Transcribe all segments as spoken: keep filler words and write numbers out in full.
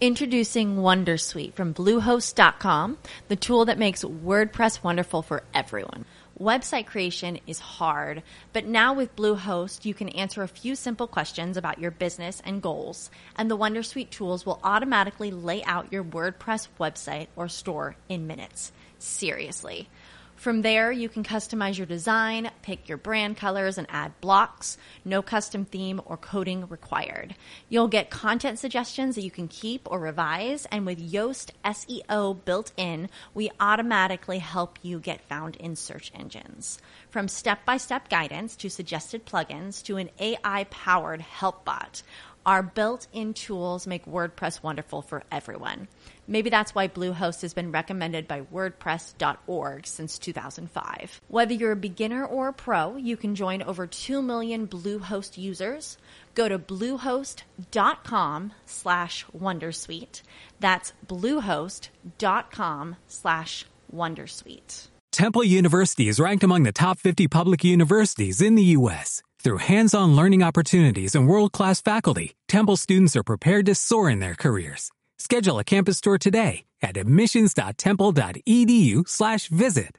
Introducing Wondersuite from Bluehost dot com, the tool that makes WordPress wonderful for everyone. Website creation is hard, but now with Bluehost, you can answer a few simple questions about your business and goals, and the Wondersuite tools will automatically lay out your WordPress website or store in minutes. Seriously. From there, you can customize your design, pick your brand colors, and add blocks. No custom theme or coding required. You'll get content suggestions that you can keep or revise, and with Yoast S E O built in, we automatically help you get found in search engines. From step-by-step guidance to suggested plugins to an A I-powered help bot, our built-in tools make WordPress wonderful for everyone. Maybe that's why Bluehost has been recommended by WordPress dot org since two thousand five. Whether you're a beginner or a pro, you can join over two million Bluehost users. Go to bluehost.com slash Wondersuite. That's bluehost.com slash Wondersuite. Temple University is ranked among the top fifty public universities in the U S Through hands-on learning opportunities and world-class faculty, Temple students are prepared to soar in their careers. Schedule a campus tour today at admissions.temple.edu slash visit.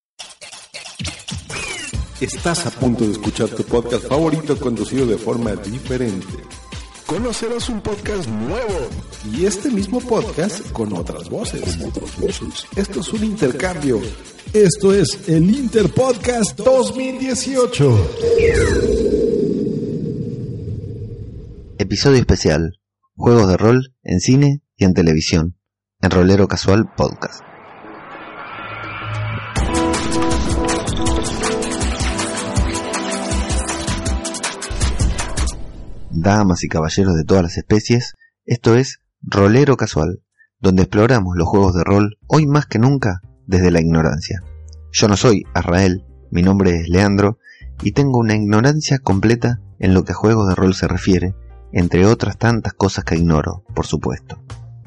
Estás a punto de escuchar tu podcast favorito conducido de forma diferente. Conocerás un podcast nuevo y este mismo podcast con otras voces. Esto es un intercambio. Esto es el Interpodcast dos mil dieciocho. Episodio especial: Juegos de rol en cine y en televisión, en Rolero Casual Podcast. Damas y caballeros de todas las especies, esto es Rolero Casual, donde exploramos los juegos de rol hoy más que nunca desde la ignorancia. Yo no soy Azrael, mi nombre es Leandro y tengo una ignorancia completa en lo que a juegos de rol se refiere, entre otras tantas cosas que ignoro, por supuesto.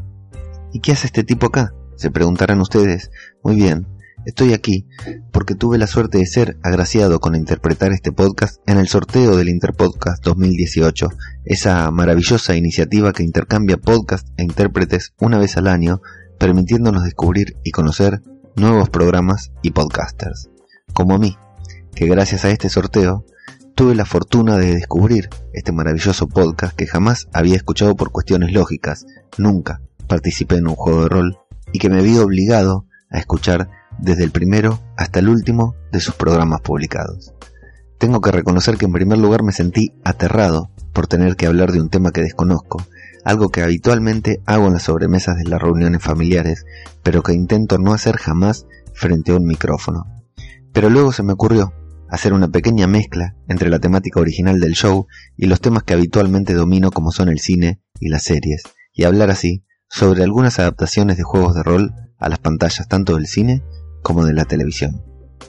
¿Y qué hace este tipo acá?, se preguntarán ustedes. Muy bien, estoy aquí porque tuve la suerte de ser agraciado con interpretar este podcast en el sorteo del Interpodcast dos mil dieciocho, esa maravillosa iniciativa que intercambia podcast e intérpretes una vez al año, permitiéndonos descubrir y conocer nuevos programas y podcasters, como a mí, que gracias a este sorteo tuve la fortuna de descubrir este maravilloso podcast que jamás había escuchado por cuestiones lógicas, nunca participé en un juego de rol y que me vi obligado a escuchar desde el primero hasta el último de sus programas publicados. Tengo que reconocer que en primer lugar me sentí aterrado por tener que hablar de un tema que desconozco, algo que habitualmente hago en las sobremesas de las reuniones familiares, pero que intento no hacer jamás frente a un micrófono. Pero luego se me ocurrió hacer una pequeña mezcla entre la temática original del show y los temas que habitualmente domino, como son el cine y las series, y hablar así sobre algunas adaptaciones de juegos de rol a las pantallas tanto del cine como de la televisión.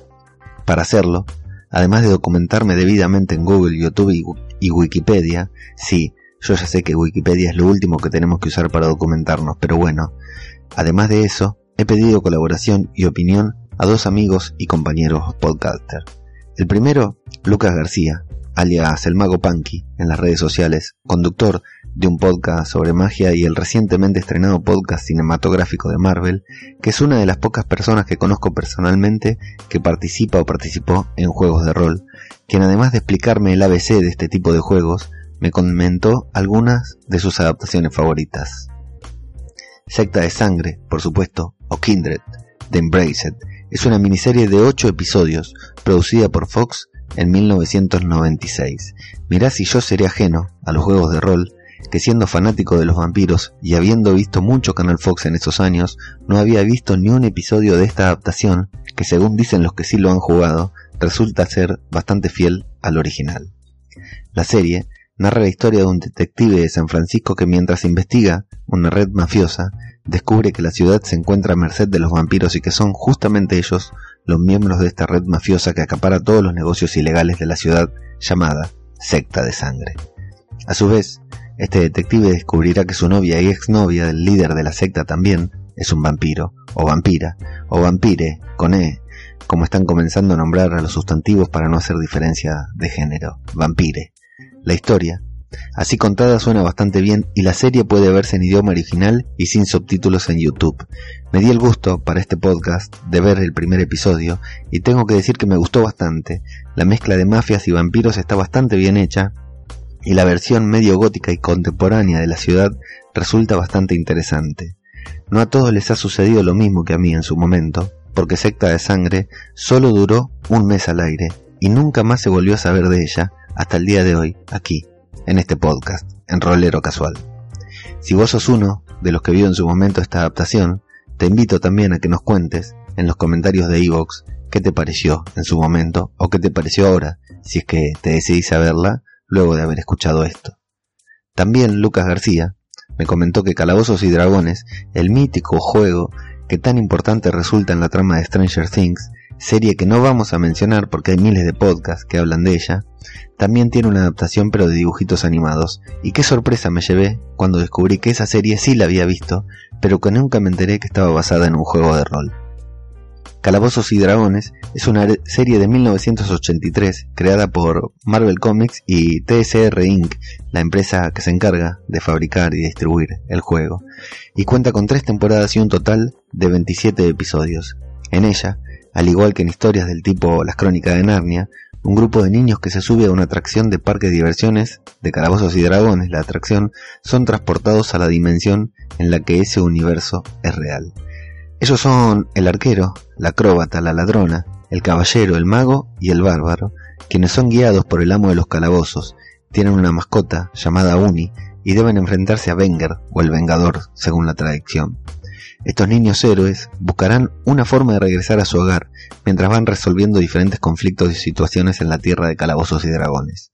Para hacerlo, además de documentarme debidamente en Google, YouTube y Wikipedia, sí, yo ya sé que Wikipedia es lo último que tenemos que usar para documentarnos, pero bueno, además de eso, he pedido colaboración y opinión a dos amigos y compañeros podcasters. El primero, Lucas García, alias El Mago Punky en las redes sociales, conductor de un podcast sobre magia y el recientemente estrenado podcast cinematográfico de Marvel, que es una de las pocas personas que conozco personalmente que participa o participó en juegos de rol, quien además de explicarme el A B C de este tipo de juegos, me comentó algunas de sus adaptaciones favoritas. Secta de Sangre, por supuesto, o Kindred, de Embraced, es una miniserie de ocho episodios, producida por Fox en mil novecientos noventa y seis. Mirá si yo seré ajeno a los juegos de rol, que siendo fanático de los vampiros y habiendo visto mucho Canal Fox en esos años, no había visto ni un episodio de esta adaptación, que según dicen los que sí lo han jugado, resulta ser bastante fiel al original. La serie narra la historia de un detective de San Francisco que mientras investiga una red mafiosa, descubre que la ciudad se encuentra a merced de los vampiros y que son justamente ellos los miembros de esta red mafiosa que acapara todos los negocios ilegales de la ciudad, llamada Secta de Sangre. A su vez, este detective descubrirá que su novia y exnovia del líder de la secta también es un vampiro, o vampira, o vampire, con E, como están comenzando a nombrar a los sustantivos para no hacer diferencia de género, vampire. La historia Así contada suena bastante bien y la serie puede verse en idioma original y sin subtítulos en YouTube. Me di el gusto para este podcast de ver el primer episodio y tengo que decir que me gustó bastante. La mezcla de mafias y vampiros está bastante bien hecha y la versión medio gótica y contemporánea de la ciudad resulta bastante interesante. No a todos les ha sucedido lo mismo que a mí en su momento, porque Secta de Sangre solo duró un mes al aire y nunca más se volvió a saber de ella hasta el día de hoy, aquí, en este podcast, en Rolero Casual. Si vos sos uno de los que vio en su momento esta adaptación, te invito también a que nos cuentes en los comentarios de iVoox qué te pareció en su momento o qué te pareció ahora, si es que te decidís a verla luego de haber escuchado esto. También Lucas García me comentó que Calabozos y Dragones, el mítico juego que tan importante resulta en la trama de Stranger Things, serie que no vamos a mencionar porque hay miles de podcasts que hablan de ella, también tiene una adaptación pero de dibujitos animados, y qué sorpresa me llevé cuando descubrí que esa serie sí la había visto, pero que nunca me enteré que estaba basada en un juego de rol. Calabozos y Dragones es una serie de mil novecientos ochenta y tres creada por Marvel Comics y T S R Incorporated, la empresa que se encarga de fabricar y distribuir el juego, y cuenta con tres temporadas y un total de veintisiete episodios. En ella, al igual que en historias del tipo Las Crónicas de Narnia, un grupo de niños que se sube a una atracción de parque de diversiones de Calabozos y Dragones, la atracción, son transportados a la dimensión en la que ese universo es real. Ellos son el arquero, la acróbata, la ladrona, el caballero, el mago y el bárbaro, quienes son guiados por el amo de los calabozos, tienen una mascota llamada Uni y deben enfrentarse a Venger o el Vengador, según la tradición. Estos niños héroes buscarán una forma de regresar a su hogar mientras van resolviendo diferentes conflictos y situaciones en la tierra de Calabozos y Dragones.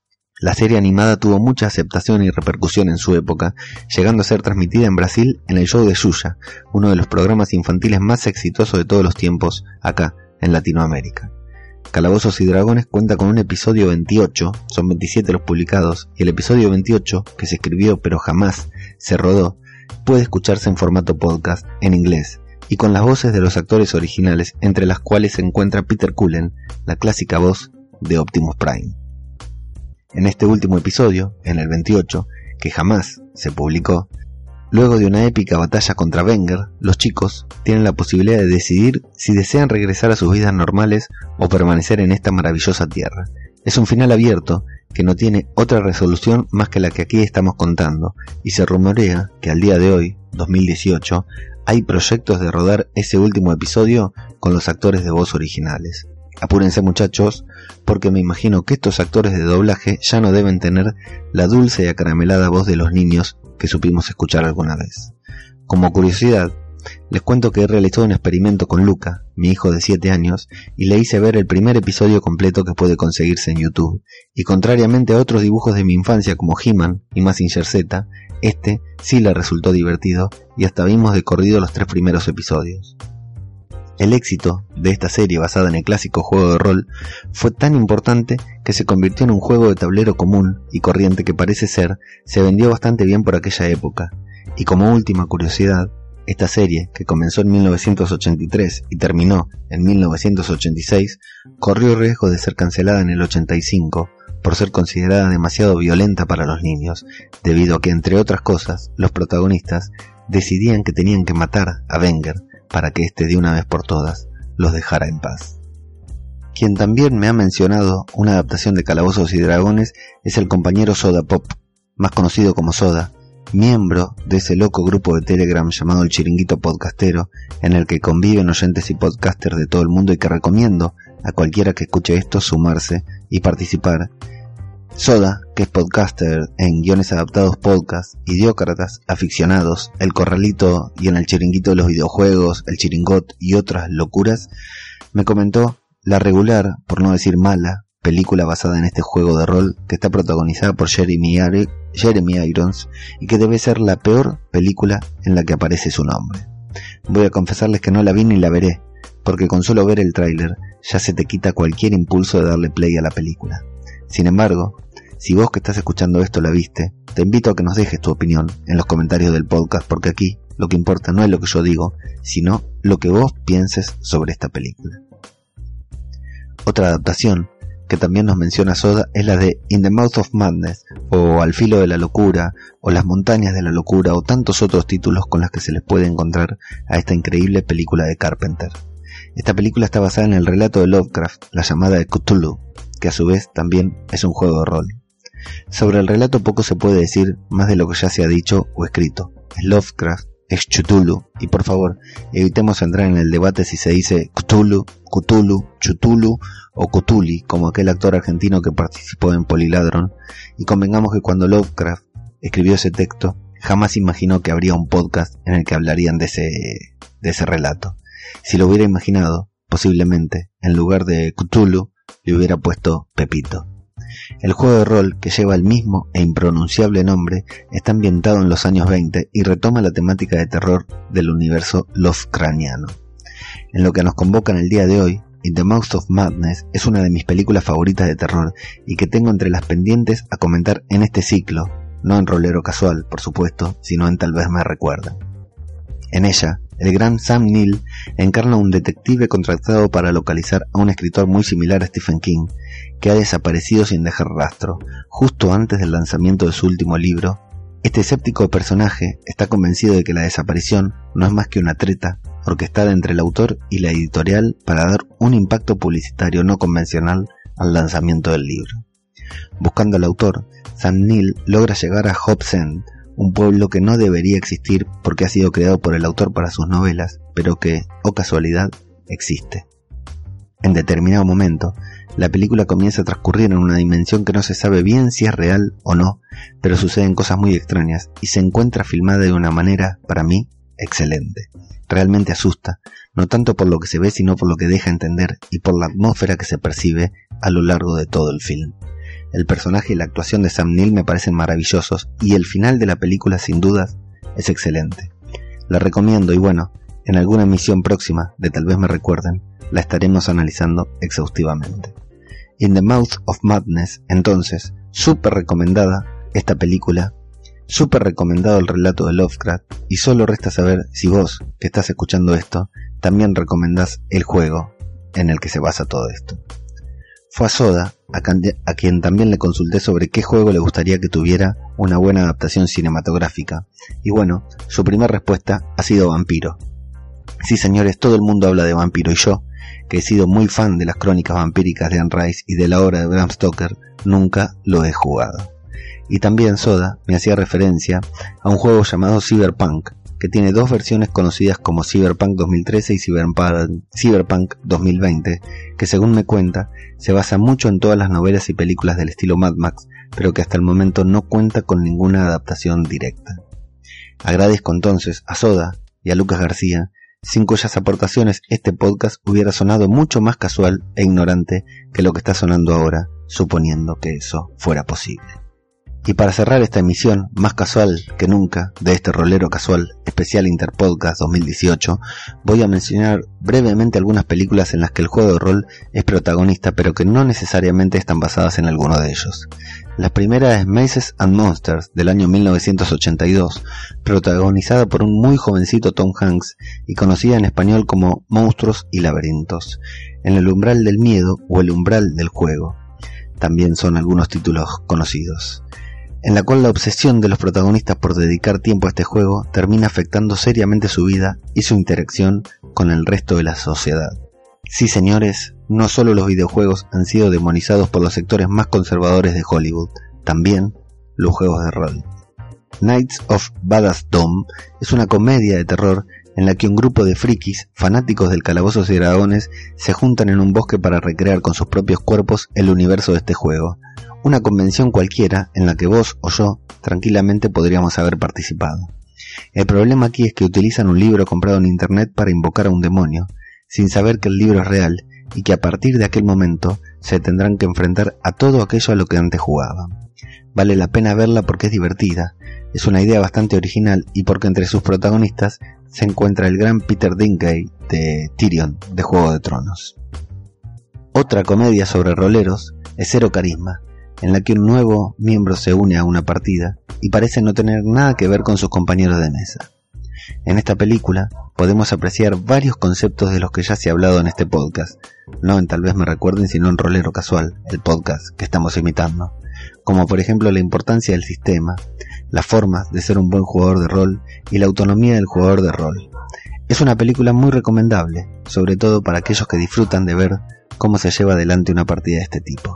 La serie animada tuvo mucha aceptación y repercusión en su época, llegando a ser transmitida en Brasil en el show de Xuxa, uno de los programas infantiles más exitosos de todos los tiempos acá en Latinoamérica. Calabozos y Dragones cuenta con un episodio veintiocho, son veintisiete los publicados, y el episodio veintiocho, que se escribió pero jamás se rodó, puede escucharse en formato podcast en inglés y con las voces de los actores originales, entre las cuales se encuentra Peter Cullen, la clásica voz de Optimus Prime. En este último episodio, en el veintiocho, que jamás se publicó, luego de una épica batalla contra Venger, los chicos tienen la posibilidad de decidir si desean regresar a sus vidas normales o permanecer en esta maravillosa tierra. Es un final abierto que no tiene otra resolución más que la que aquí estamos contando, y se rumorea que al día de hoy, dos mil dieciocho, hay proyectos de rodar ese último episodio con los actores de voz originales. Apúrense muchachos, porque me imagino que estos actores de doblaje ya no deben tener la dulce y acaramelada voz de los niños que supimos escuchar alguna vez. Como curiosidad, les cuento que he realizado un experimento con Luca, mi hijo de siete años, y le hice ver el primer episodio completo que puede conseguirse en YouTube, y contrariamente a otros dibujos de mi infancia como He-Man y Mazinger Z, este sí le resultó divertido y hasta vimos de corrido los tres primeros episodios. El éxito de esta serie basada en el clásico juego de rol fue tan importante que se convirtió en un juego de tablero común y corriente que parece ser se vendió bastante bien por aquella época. Y como última curiosidad, esta serie, que comenzó en mil novecientos ochenta y tres y terminó en mil novecientos ochenta y seis, corrió riesgo de ser cancelada en el ochenta y cinco por ser considerada demasiado violenta para los niños, debido a que, entre otras cosas, los protagonistas decidían que tenían que matar a Venger para que éste de una vez por todas los dejara en paz. Quien también me ha mencionado una adaptación de Calabozos y Dragones es el compañero Soda Pop, más conocido como Soda, miembro de ese loco grupo de Telegram llamado El Chiringuito Podcastero, en el que conviven oyentes y podcasters de todo el mundo y que recomiendo a cualquiera que escuche esto sumarse y participar. Soda, que es podcaster en Guiones Adaptados Podcast, Idiócratas, Aficionados, El Corralito y en El Chiringuito de los Videojuegos, El Chiringot y otras locuras, me comentó la regular, por no decir mala, película basada en este juego de rol que está protagonizada por Jeremy, Ar- Jeremy Irons y que debe ser la peor película en la que aparece su nombre. Voy a confesarles que no la vi ni la veré, porque con solo ver el tráiler ya se te quita cualquier impulso de darle play a la película. Sin embargo, si vos que estás escuchando esto la viste, te invito a que nos dejes tu opinión en los comentarios del podcast, porque aquí lo que importa no es lo que yo digo, sino lo que vos pienses sobre esta película. Otra adaptación que también nos menciona Soda es la de In the Mouth of Madness, o Al filo de la locura, o Las montañas de la locura, o tantos otros títulos con los que se les puede encontrar a esta increíble película de Carpenter. Esta película está basada en el relato de Lovecraft, la llamada de Cthulhu, que a su vez también es un juego de rol. Sobre el relato poco se puede decir más de lo que ya se ha dicho o escrito. Es Lovecraft, es Cthulhu, y por favor, evitemos entrar en el debate si se dice Cthulhu, Cthulhu, Chutulu o Cthulhi, como aquel actor argentino que participó en Poliladron, y convengamos que cuando Lovecraft escribió ese texto, jamás imaginó que habría un podcast en el que hablarían de ese, de ese relato. Si lo hubiera imaginado, posiblemente, en lugar de Cthulhu, le hubiera puesto Pepito. El juego de rol, que lleva el mismo e impronunciable nombre, está ambientado en los años veinte y retoma la temática de terror del universo Lovecraftiano. En lo que nos convoca en el día de hoy, In the Mouth of Madness es una de mis películas favoritas de terror y que tengo entre las pendientes a comentar en este ciclo, no en Rolero Casual, por supuesto, sino en Tal vez me recuerden. En ella, el gran Sam Neill encarna a un detective contratado para localizar a un escritor muy similar a Stephen King, que ha desaparecido sin dejar rastro, justo antes del lanzamiento de su último libro. Este escéptico personaje está convencido de que la desaparición no es más que una treta orquestada entre el autor y la editorial para dar un impacto publicitario no convencional al lanzamiento del libro. Buscando al autor, Sam Neill logra llegar a Hobbs End, un pueblo que no debería existir porque ha sido creado por el autor para sus novelas, pero que, oh casualidad, existe. En determinado momento, la película comienza a transcurrir en una dimensión que no se sabe bien si es real o no, pero suceden cosas muy extrañas y se encuentra filmada de una manera, para mí, excelente. Realmente asusta, no tanto por lo que se ve sino por lo que deja entender y por la atmósfera que se percibe a lo largo de todo el film. El personaje y la actuación de Sam Neill me parecen maravillosos y el final de la película sin dudas es excelente. La recomiendo y bueno, en alguna emisión próxima de Tal vez me recuerden, la estaremos analizando exhaustivamente. In the Mouth of Madness, entonces, súper recomendada esta película, súper recomendado el relato de Lovecraft y solo resta saber si vos, que estás escuchando esto, también recomendás el juego en el que se basa todo esto. Fue a Soda, a, a quien también le consulté sobre qué juego le gustaría que tuviera una buena adaptación cinematográfica, y bueno, su primera respuesta ha sido Vampiro. Sí señores, todo el mundo habla de Vampiro y yo, que he sido muy fan de las crónicas vampíricas de Anne Rice y de la obra de Bram Stoker, nunca lo he jugado. Y también Soda me hacía referencia a un juego llamado Cyberpunk, que tiene dos versiones conocidas como Cyberpunk dos mil trece y Cyberpunk, Cyberpunk dos mil veinte, que según me cuenta, se basa mucho en todas las novelas y películas del estilo Mad Max, pero que hasta el momento no cuenta con ninguna adaptación directa. Agradezco entonces a Soda y a Lucas García, sin cuyas aportaciones este podcast hubiera sonado mucho más casual e ignorante que lo que está sonando ahora, suponiendo que eso fuera posible. Y para cerrar esta emisión, más casual que nunca, de este Rolero Casual especial Interpodcast dos mil dieciocho, voy a mencionar brevemente algunas películas en las que el juego de rol es protagonista, pero que no necesariamente están basadas en alguno de ellos. La primera es Mazes and Monsters, del año mil novecientos ochenta y dos, protagonizada por un muy jovencito Tom Hanks y conocida en español como Monstruos y Laberintos, en el umbral del miedo o el umbral del juego. También son algunos títulos conocidos, en la cual la obsesión de los protagonistas por dedicar tiempo a este juego termina afectando seriamente su vida y su interacción con el resto de la sociedad. Sí, señores, no solo los videojuegos han sido demonizados por los sectores más conservadores de Hollywood, también los juegos de rol. Knights of Badassdom es una comedia de terror en la que un grupo de frikis, fanáticos del Calabozos y Dragones, se juntan en un bosque para recrear con sus propios cuerpos el universo de este juego. Una convención cualquiera en la que vos o yo tranquilamente podríamos haber participado. El problema aquí es que utilizan un libro comprado en internet para invocar a un demonio, sin saber que el libro es real y que a partir de aquel momento se tendrán que enfrentar a todo aquello a lo que antes jugaban. Vale la pena verla porque es divertida, es una idea bastante original y porque entre sus protagonistas se encuentra el gran Peter Dinklage de Tyrion de Juego de Tronos. Otra comedia sobre roleros es Cero Carisma, en la que un nuevo miembro se une a una partida y parece no tener nada que ver con sus compañeros de mesa. En esta película podemos apreciar varios conceptos de los que ya se ha hablado en este podcast, no en Tal vez me recuerden, sino en Rolero Casual, el podcast que estamos imitando, como por ejemplo la importancia del sistema, las formas de ser un buen jugador de rol y la autonomía del jugador de rol. Es una película muy recomendable, sobre todo para aquellos que disfrutan de ver cómo se lleva adelante una partida de este tipo.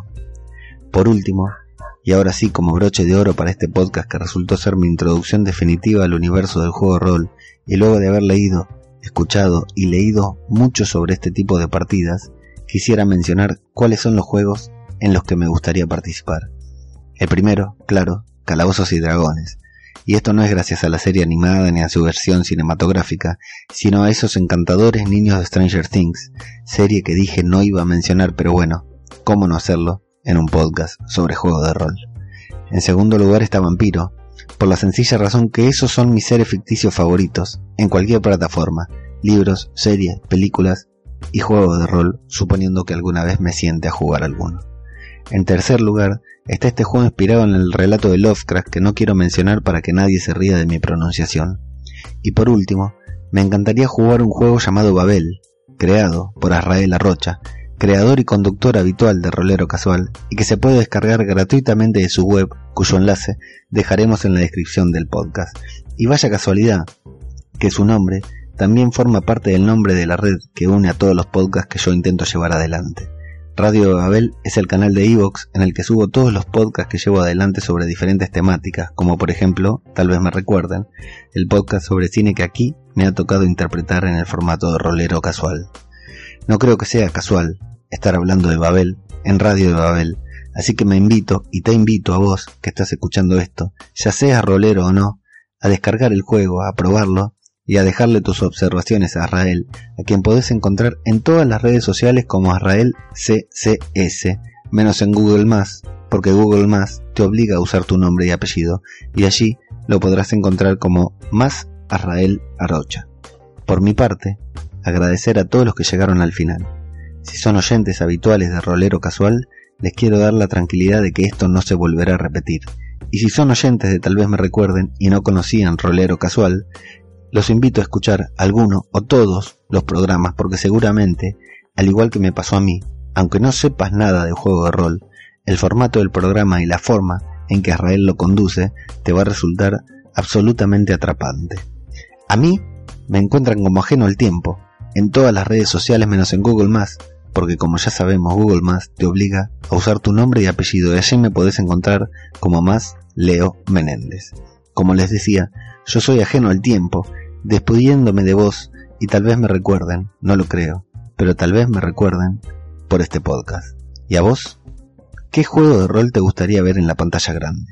Por último, y ahora sí como broche de oro para este podcast que resultó ser mi introducción definitiva al universo del juego de rol, y luego de haber leído, escuchado y leído mucho sobre este tipo de partidas, quisiera mencionar cuáles son los juegos en los que me gustaría participar. El primero, claro, Calabozos y Dragones. Y esto no es gracias a la serie animada ni a su versión cinematográfica, sino a esos encantadores niños de Stranger Things, serie que dije no iba a mencionar, pero bueno, ¿cómo no hacerlo en un podcast sobre juegos de rol? En segundo lugar está Vampiro, por la sencilla razón que esos son mis seres ficticios favoritos, en cualquier plataforma, libros, series, películas y juegos de rol, suponiendo que alguna vez me siente a jugar alguno. En tercer lugar, está este juego inspirado en el relato de Lovecraft que no quiero mencionar para que nadie se ría de mi pronunciación. Y por último, me encantaría jugar un juego llamado Babel, creado por Azrael Arrocha, creador y conductor habitual de Rolero Casual, y que se puede descargar gratuitamente de su web, cuyo enlace dejaremos en la descripción del podcast. Y vaya casualidad, que su nombre también forma parte del nombre de la red que une a todos los podcasts que yo intento llevar adelante. Radio Babel es el canal de iVoox en el que subo todos los podcasts que llevo adelante sobre diferentes temáticas, como por ejemplo, tal vez me recuerden, el podcast sobre cine que aquí me ha tocado interpretar en el formato de Rolero Casual. No creo que sea casual estar hablando de Babel en Radio de Babel, así que me invito y te invito a vos que estás escuchando esto, ya seas rolero o no, a descargar el juego, a probarlo y a dejarle tus observaciones a Azrael, a quien podés encontrar en todas las redes sociales como Azrael C C S, menos en Google más, porque Google más te obliga a usar tu nombre y apellido, y allí lo podrás encontrar como más Azrael Arrocha. Por mi parte, agradecer a todos los que llegaron al final. Si son oyentes habituales de Rolero Casual, les quiero dar la tranquilidad de que esto no se volverá a repetir. Y si son oyentes de Tal vez me recuerden y no conocían Rolero Casual, los invito a escuchar alguno o todos los programas porque seguramente, al igual que me pasó a mí, aunque no sepas nada de juego de rol, el formato del programa y la forma en que Azrael lo conduce te va a resultar absolutamente atrapante. A mí me encuentran como Ajeno al Tiempo en todas las redes sociales menos en Google más, porque como ya sabemos Google más te obliga a usar tu nombre y apellido y allí me podés encontrar como más Leo Menéndez. Como les decía, yo soy ajeno al tiempo, despidiéndome de vos y tal vez me recuerden, no lo creo, pero tal vez me recuerden por este podcast. ¿Y a vos? ¿Qué juego de rol te gustaría ver en la pantalla grande?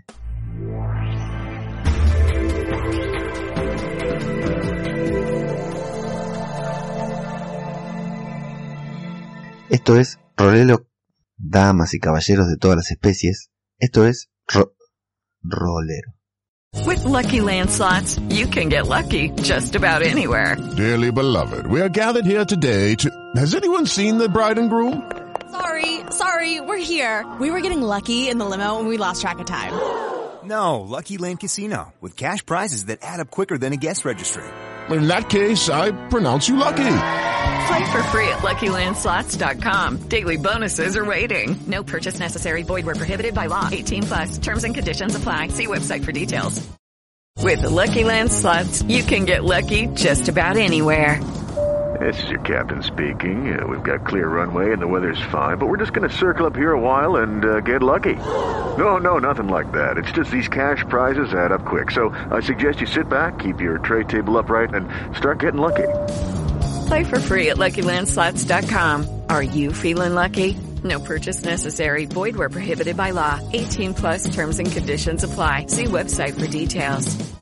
Esto es Rolero, damas y caballeros de todas las especies, esto es ro- Rolero. With Lucky Land Slots, you can get lucky just about anywhere. Dearly beloved, we are gathered here today to... Has anyone seen the bride and groom? Sorry, sorry, we're here. We were getting lucky in the limo and we lost track of time. No, Lucky Land Casino, with cash prizes that add up quicker than a guest registry. In that case, I pronounce you lucky. Play for free at Lucky Land Slots dot com. Daily bonuses are waiting. No purchase necessary. Void where prohibited by law. eighteen plus. Terms and conditions apply. See website for details. With Lucky Land Slots, you can get lucky just about anywhere. This is your captain speaking. Uh, we've got clear runway and the weather's fine, but we're just going to circle up here a while and uh, get lucky. No, no, nothing like that. It's just these cash prizes add up quick. So I suggest you sit back, keep your tray table upright, and start getting lucky. Play for free at Lucky Land Slots dot com. Are you feeling lucky? No purchase necessary. Void where prohibited by law. eighteen plus terms and conditions apply. See website for details.